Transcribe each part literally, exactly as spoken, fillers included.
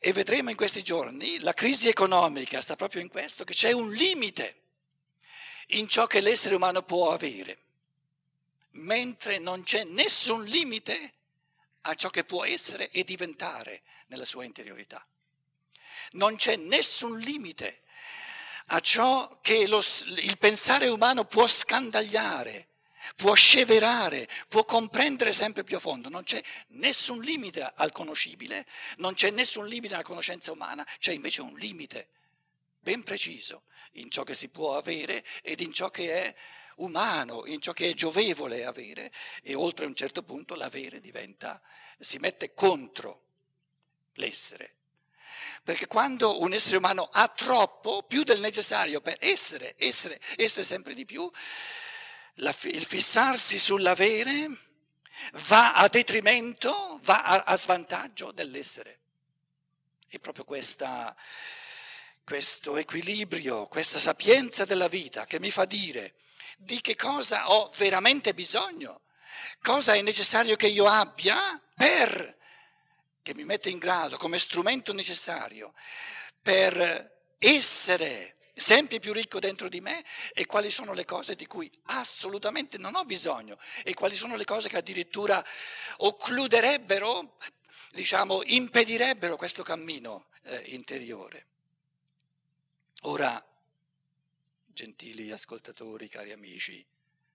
E vedremo in questi giorni, la crisi economica sta proprio in questo, che c'è un limite in ciò che l'essere umano può avere, mentre non c'è nessun limite a ciò che può essere e diventare nella sua interiorità. Non c'è nessun limite a ciò che lo, il pensare umano può scandagliare, può sceverare, può comprendere sempre più a fondo. Non c'è nessun limite al conoscibile, non c'è nessun limite alla conoscenza umana, c'è invece un limite ben preciso in ciò che si può avere ed in ciò che è umano, in ciò che è giovevole avere, e oltre un certo punto l'avere diventa, si mette contro l'essere. Perché quando un essere umano ha troppo, più del necessario per essere, essere, essere sempre di più, la, il fissarsi sull'avere va a detrimento, va a, a svantaggio dell'essere. E proprio questa, questo equilibrio, questa sapienza della vita che mi fa dire di che cosa ho veramente bisogno, cosa è necessario che io abbia per, che mi mette in grado come strumento necessario per essere sempre più ricco dentro di me, e quali sono le cose di cui assolutamente non ho bisogno e quali sono le cose che addirittura occluderebbero, diciamo, impedirebbero questo cammino eh, interiore. Ora, gentili ascoltatori, cari amici,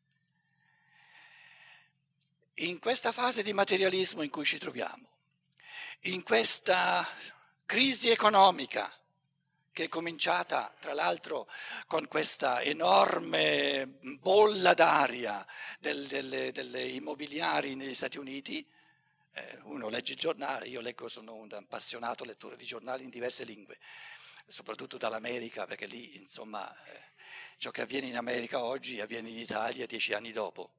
in questa fase di materialismo in cui ci troviamo, in questa crisi economica che è cominciata tra l'altro con questa enorme bolla d'aria del, delle, delle immobiliari negli Stati Uniti, eh, uno legge il giornale, io leggo, sono un appassionato lettore di giornali in diverse lingue, soprattutto dall'America, perché lì insomma eh, ciò che avviene in America oggi avviene in Italia dieci anni dopo,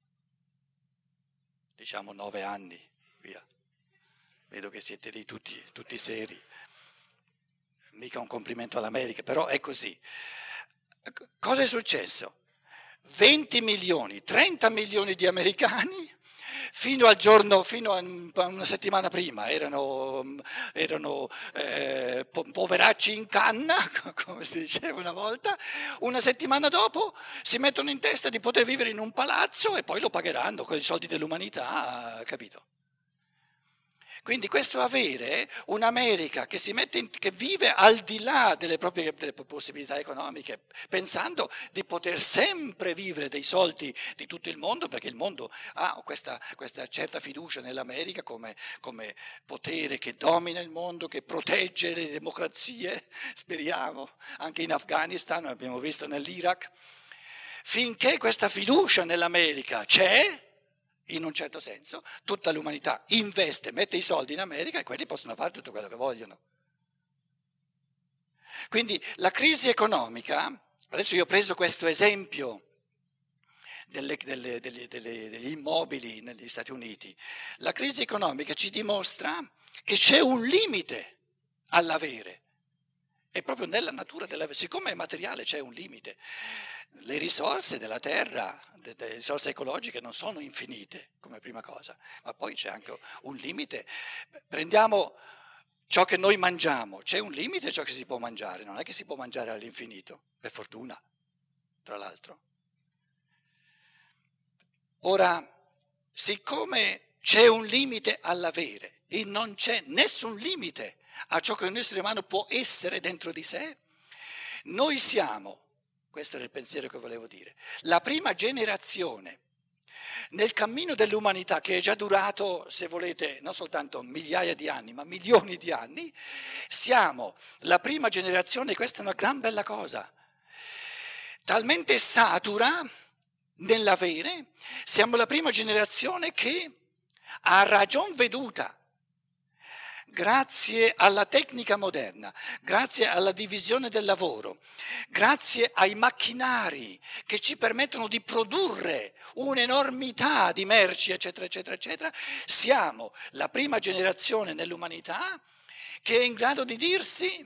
diciamo nove anni, via. Vedo che siete lì tutti, tutti seri. Mica un complimento all'America, però è così. Cosa è successo? venti milioni, trenta milioni di americani fino al giorno, fino a una settimana prima erano, erano eh, poveracci in canna, come si diceva una volta, una settimana dopo si mettono in testa di poter vivere in un palazzo e poi lo pagheranno con i soldi dell'umanità, capito? Quindi questo avere un'America che si mette in, che vive al di là delle proprie delle possibilità economiche, pensando di poter sempre vivere dei soldi di tutto il mondo, perché il mondo ha questa, questa certa fiducia nell'America come, come potere che domina il mondo, che protegge le democrazie, speriamo, anche in Afghanistan, abbiamo visto nell'Iraq. Finché questa fiducia nell'America c'è, in un certo senso, tutta l'umanità investe, mette i soldi in America e quelli possono fare tutto quello che vogliono. Quindi la crisi economica, adesso io ho preso questo esempio delle, delle, delle, delle, degli immobili negli Stati Uniti, la crisi economica ci dimostra che c'è un limite all'avere. È proprio nella natura dell'avere, siccome è materiale c'è un limite. Le risorse della terra, le risorse ecologiche non sono infinite come prima cosa, ma poi c'è anche un limite. Prendiamo ciò che noi mangiamo, c'è un limite a ciò che si può mangiare, non è che si può mangiare all'infinito, per fortuna, tra l'altro. Ora, siccome c'è un limite all'avere e non c'è nessun limite a ciò che un essere umano può essere dentro di sé, noi siamo, questo era il pensiero che volevo dire, la prima generazione nel cammino dell'umanità che è già durato, se volete, non soltanto migliaia di anni, ma milioni di anni, siamo la prima generazione, questa è una gran bella cosa, talmente satura nell'avere, siamo la prima generazione che a ragion veduta, grazie alla tecnica moderna, grazie alla divisione del lavoro, grazie ai macchinari che ci permettono di produrre un'enormità di merci, eccetera, eccetera, eccetera, siamo la prima generazione nell'umanità che è in grado di dirsi: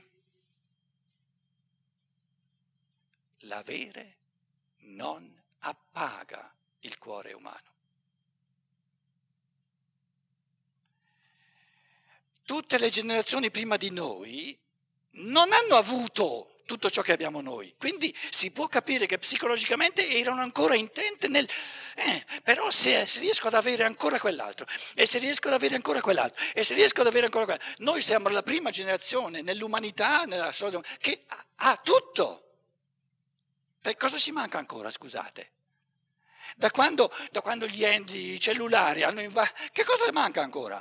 l'avere non appaga il cuore umano. tutte le generazioni prima di noi non hanno avuto tutto ciò che abbiamo noi, quindi si può capire che psicologicamente erano ancora intente nel... Eh, però se, se riesco ad avere ancora quell'altro, e se riesco ad avere ancora quell'altro, e se riesco ad avere ancora quell'altro, noi siamo la prima generazione nell'umanità, nella storia, che ha, ha tutto. Per cosa ci manca ancora, scusate? Da quando, da quando gli enti cellulari hanno invaso, che cosa manca ancora?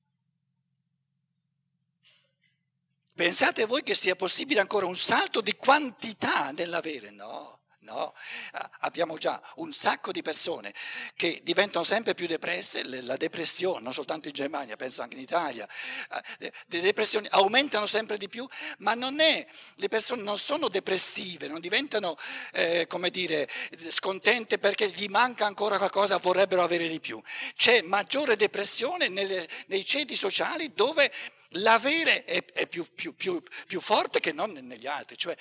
Pensate voi che sia possibile ancora un salto di quantità nell'avere? No, no. Abbiamo già un sacco di persone che diventano sempre più depresse, la depressione, non soltanto in Germania, penso anche in Italia, le depressioni aumentano sempre di più, ma non è, le persone non sono depressive, non diventano, eh, come dire, scontente perché gli manca ancora qualcosa, vorrebbero avere di più. C'è maggiore depressione nelle, nei ceti sociali dove l'avere è, è più, più, più, più forte che non negli altri, cioè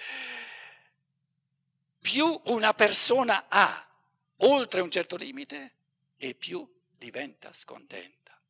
più una persona ha oltre un certo limite e più diventa scontenta.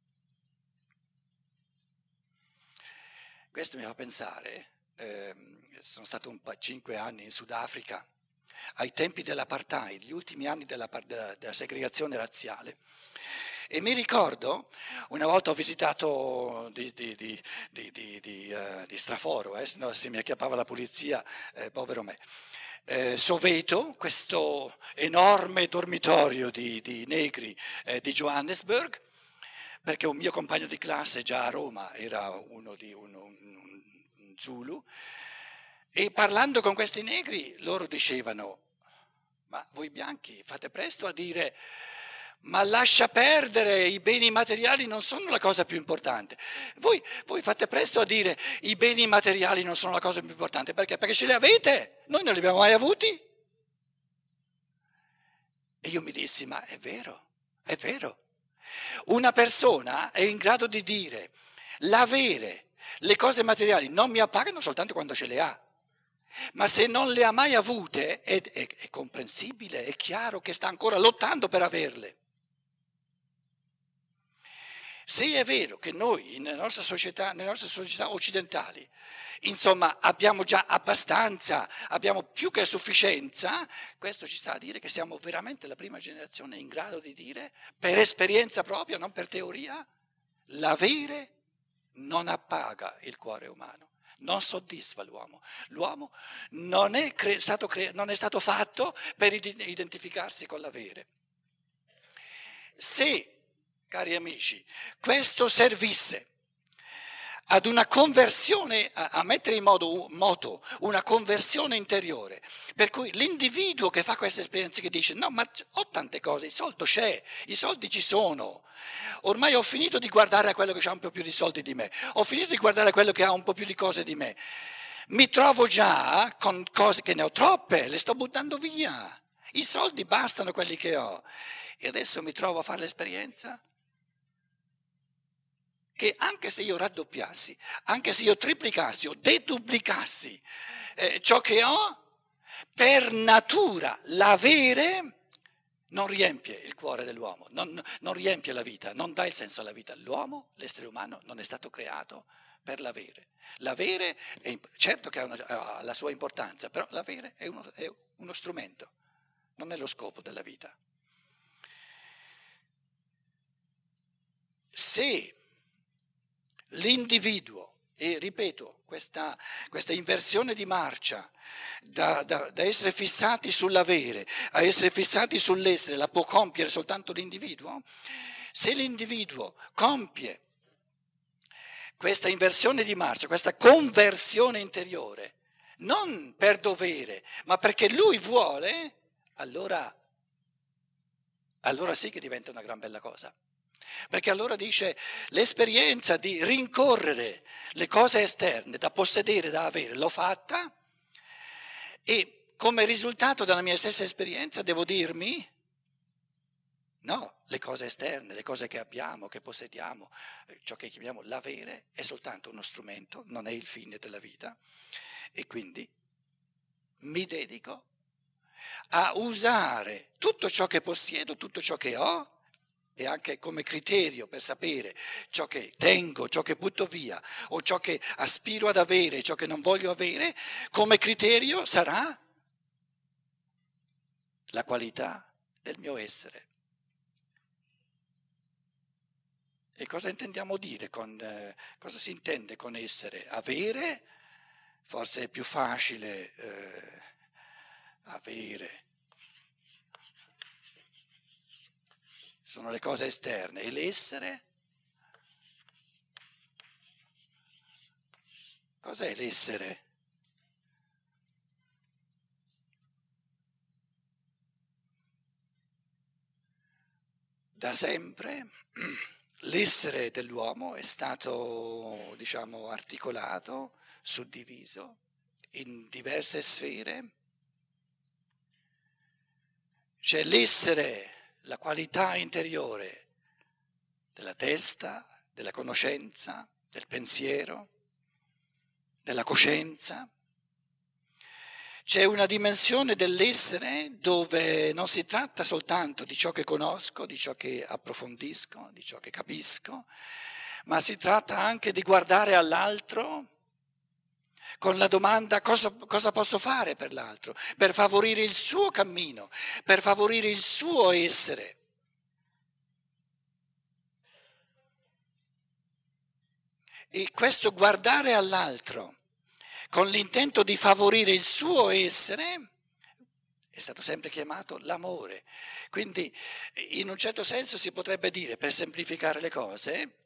Questo mi fa pensare, eh, sono stato un po' cinque anni in Sudafrica, ai tempi dell'apartheid, gli ultimi anni della, della, della segregazione razziale. E mi ricordo, una volta ho visitato di, di, di, di, di, di, uh, di straforo, eh, se no se mi acchiappava la polizia, eh, povero me. Eh, Soweto, questo enorme dormitorio di, di negri eh, di Johannesburg, perché un mio compagno di classe già a Roma era uno di un, un, un Zulu, e parlando con questi negri loro dicevano: ma voi bianchi fate presto a dire... Ma lascia perdere, i beni materiali non sono la cosa più importante. Voi, voi fate presto a dire i beni materiali non sono la cosa più importante. Perché? Perché ce li avete, noi non li abbiamo mai avuti. E io mi dissi, ma è vero, è vero. Una persona è in grado di dire l'avere, le cose materiali non mi appagano soltanto quando ce le ha. Ma se non le ha mai avute è, è, è comprensibile, è chiaro che sta ancora lottando per averle. Se è vero che noi nella nostra società, nelle nostre società occidentali, insomma, abbiamo già abbastanza, abbiamo più che sufficienza, questo ci sta a dire che siamo veramente la prima generazione in grado di dire, per esperienza propria, non per teoria, l'avere non appaga il cuore umano, non soddisfa l'uomo. L'uomo non è, cre- stato, cre- non è stato fatto per identificarsi con l'avere. Se, cari amici, questo servisse ad una conversione, a, a mettere in modo, moto una conversione interiore, per cui l'individuo che fa queste esperienze che dice no, ma ho tante cose, il soldo c'è, i soldi ci sono, ormai ho finito di guardare a quello che ha un po' più di soldi di me, ho finito di guardare a quello che ha un po' più di cose di me, mi trovo già con cose che ne ho troppe, le sto buttando via, i soldi bastano quelli che ho e adesso mi trovo a fare l'esperienza che anche se io raddoppiassi, anche se io triplicassi o deduplicassi eh, ciò che ho, per natura l'avere non riempie il cuore dell'uomo, non, non riempie la vita, non dà il senso alla vita. L'uomo, l'essere umano, non è stato creato per l'avere. L'avere, è, certo che ha, una, ha la sua importanza, però l'avere è uno, è uno strumento, non è lo scopo della vita. Se l'individuo, e ripeto, questa, questa inversione di marcia, da, da, da essere fissati sull'avere a essere fissati sull'essere, la può compiere soltanto l'individuo, se l'individuo compie questa inversione di marcia, questa conversione interiore, non per dovere, ma perché lui vuole, allora, allora sì che diventa una gran bella cosa. Perché allora dice l'esperienza di rincorrere le cose esterne da possedere, da avere, l'ho fatta e come risultato della mia stessa esperienza devo dirmi no, le cose esterne, le cose che abbiamo, che possediamo, ciò che chiamiamo l'avere è soltanto uno strumento, non è il fine della vita e quindi mi dedico a usare tutto ciò che possiedo, tutto ciò che ho e anche come criterio per sapere ciò che tengo, ciò che butto via o ciò che aspiro ad avere, ciò che non voglio avere, come criterio sarà la qualità del mio essere. E cosa intendiamo dire con, eh, cosa si intende con essere? Avere, forse è più facile eh, avere. Sono le cose esterne e l'essere? Cos'è l'essere? Da sempre l'essere dell'uomo è stato, diciamo, articolato, suddiviso in diverse sfere. C'è l'essere, la qualità interiore della testa, della conoscenza, del pensiero, della coscienza. C'è una dimensione dell'essere dove non si tratta soltanto di ciò che conosco, di ciò che approfondisco, di ciò che capisco, ma si tratta anche di guardare all'altro con la domanda cosa, cosa posso fare per l'altro, per favorire il suo cammino, per favorire il suo essere. E questo guardare all'altro con l'intento di favorire il suo essere è stato sempre chiamato l'amore. Quindi in un certo senso si potrebbe dire, per semplificare le cose,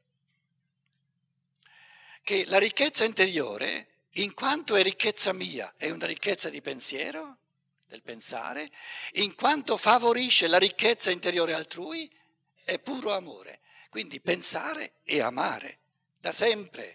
che la ricchezza interiore, in quanto è ricchezza mia, è una ricchezza di pensiero, del pensare, in quanto favorisce la ricchezza interiore altrui, è puro amore. Quindi pensare e amare, da sempre.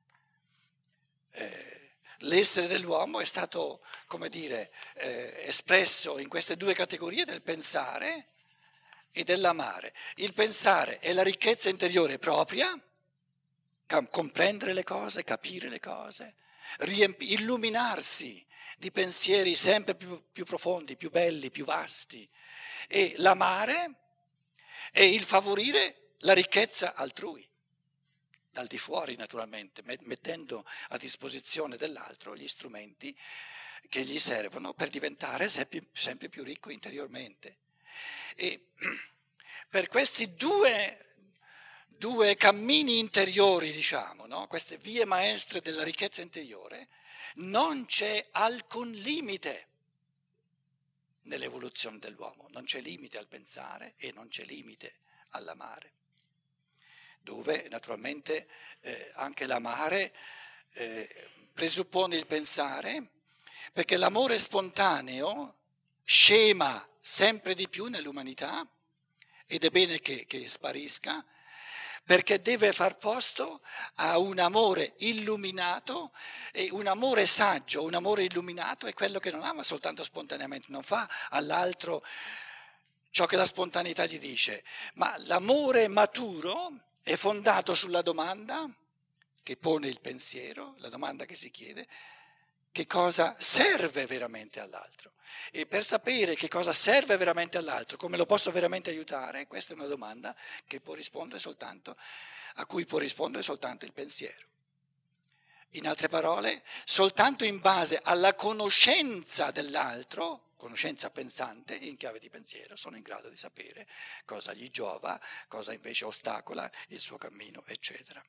Eh, L'essere dell'uomo è stato, come dire, eh, espresso in queste due categorie del pensare e dell'amare. Il pensare è la ricchezza interiore propria, comprendere le cose, capire le cose, riempi, illuminarsi di pensieri sempre più, più profondi, più belli, più vasti. E l'amare è il favorire la ricchezza altrui. Dal di fuori naturalmente, mettendo a disposizione dell'altro gli strumenti che gli servono per diventare sempre, sempre più ricco interiormente. E per questi due, due cammini interiori, diciamo, no? Queste vie maestre della ricchezza interiore, non c'è alcun limite nell'evoluzione dell'uomo, non c'è limite al pensare e non c'è limite all'amare. Dove naturalmente eh, anche l'amare eh, presuppone il pensare, perché l'amore spontaneo scema sempre di più nell'umanità ed è bene che, che sparisca, perché deve far posto a un amore illuminato, e un amore saggio, un amore illuminato è quello che non ama soltanto spontaneamente, non fa all'altro ciò che la spontaneità gli dice, ma l'amore maturo è fondato sulla domanda che pone il pensiero, la domanda che si chiede, che cosa serve veramente all'altro. E per sapere che cosa serve veramente all'altro, come lo posso veramente aiutare, questa è una domanda che può rispondere soltanto, a cui può rispondere soltanto il pensiero. In altre parole, soltanto in base alla conoscenza dell'altro, conoscenza pensante in chiave di pensiero, sono in grado di sapere cosa gli giova, cosa invece ostacola il suo cammino, eccetera.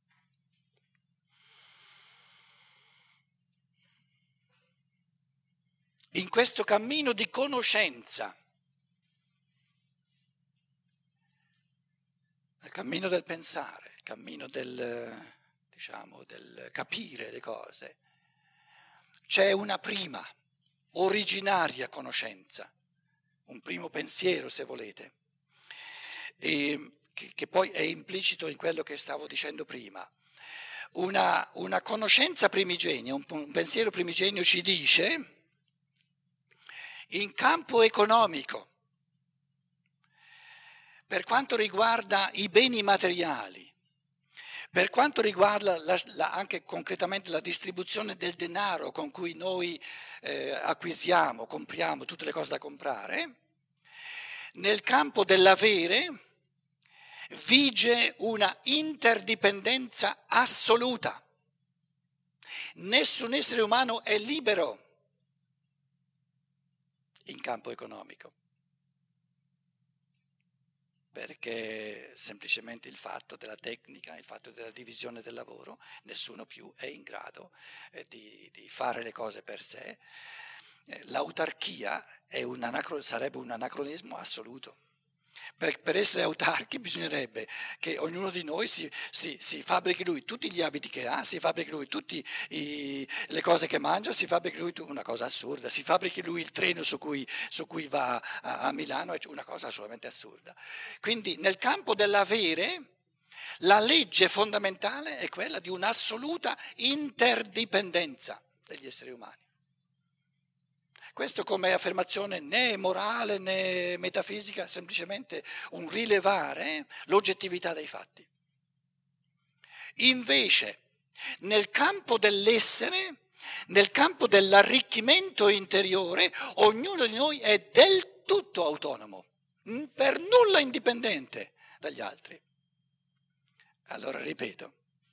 In questo cammino di conoscenza, il cammino del pensare, il cammino del, diciamo, del capire le cose, c'è una prima, originaria conoscenza, un primo pensiero se volete, e che, che poi è implicito in quello che stavo dicendo prima. Una, una conoscenza primigenia, un, un pensiero primigenio ci dice, in campo economico, per quanto riguarda i beni materiali, per quanto riguarda la, la, anche concretamente la distribuzione del denaro con cui noi eh, acquisiamo, compriamo tutte le cose da comprare, nel campo dell'avere vige una interdipendenza assoluta. Nessun essere umano è libero in campo economico, perché semplicemente il fatto della tecnica, il fatto della divisione del lavoro, nessuno più è in grado eh, di, di fare le cose per sé. Eh, l'autarchia è un anacro- sarebbe un anacronismo assoluto. Per, per essere autarchi bisognerebbe che ognuno di noi si, si, si fabbrichi lui tutti gli abiti che ha, si fabbrichi lui tutte le cose che mangia, si fabbrichi lui una cosa assurda, si fabbrichi lui il treno su cui, su cui va a, a Milano, è una cosa assolutamente assurda. Quindi nel campo dell'avere la legge fondamentale è quella di un'assoluta interdipendenza degli esseri umani. Questo come affermazione né morale né metafisica, semplicemente un rilevare l'oggettività dei fatti. Invece, nel campo dell'essere, nel campo dell'arricchimento interiore, ognuno di noi è del tutto autonomo, per nulla indipendente dagli altri. Allora ripeto,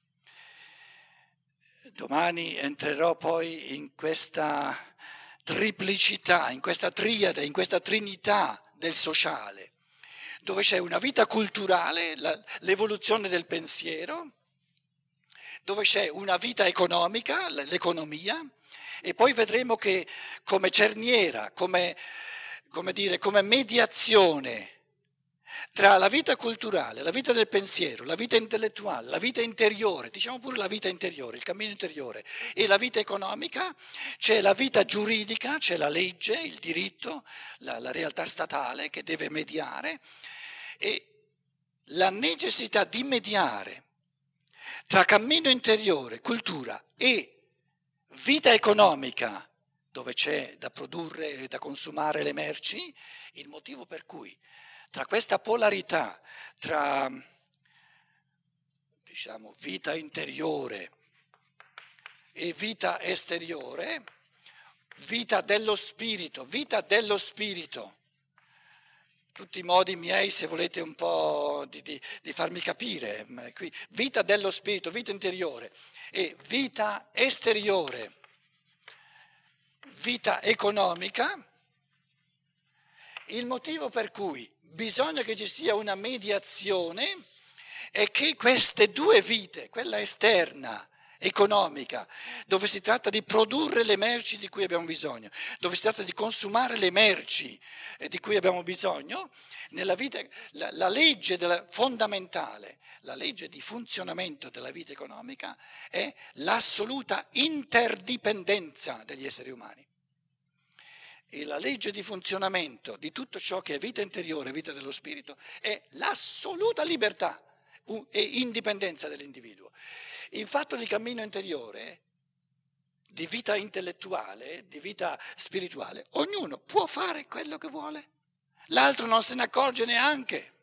domani entrerò poi in questa triplicità, in questa triade, in questa trinità del sociale, dove c'è una vita culturale, la, l'evoluzione del pensiero, dove c'è una vita economica, l'economia, e poi vedremo che come cerniera, come, come dire, come mediazione tra la vita culturale, la vita del pensiero, la vita intellettuale, la vita interiore, diciamo pure la vita interiore, il cammino interiore e la vita economica, c'è la vita giuridica, c'è la legge, il diritto, la, la realtà statale che deve mediare, e la necessità di mediare tra cammino interiore, cultura e vita economica, dove c'è da produrre e da consumare le merci, il motivo per cui tra questa polarità, tra diciamo vita interiore e vita esteriore, vita dello spirito, vita dello spirito, tutti i modi miei se volete un po' di, di, di farmi capire, qui, vita dello spirito, vita interiore e vita esteriore, vita economica, il motivo per cui bisogna che ci sia una mediazione è che queste due vite, quella esterna, economica, dove si tratta di produrre le merci di cui abbiamo bisogno, dove si tratta di consumare le merci di cui abbiamo bisogno, nella vita, la, la legge della, fondamentale, la legge di funzionamento della vita economica è l'assoluta interdipendenza degli esseri umani. E la legge di funzionamento di tutto ciò che è vita interiore, vita dello spirito, è l'assoluta libertà e indipendenza dell'individuo. In fatto di cammino interiore, di vita intellettuale, di vita spirituale, ognuno può fare quello che vuole, l'altro non se ne accorge neanche.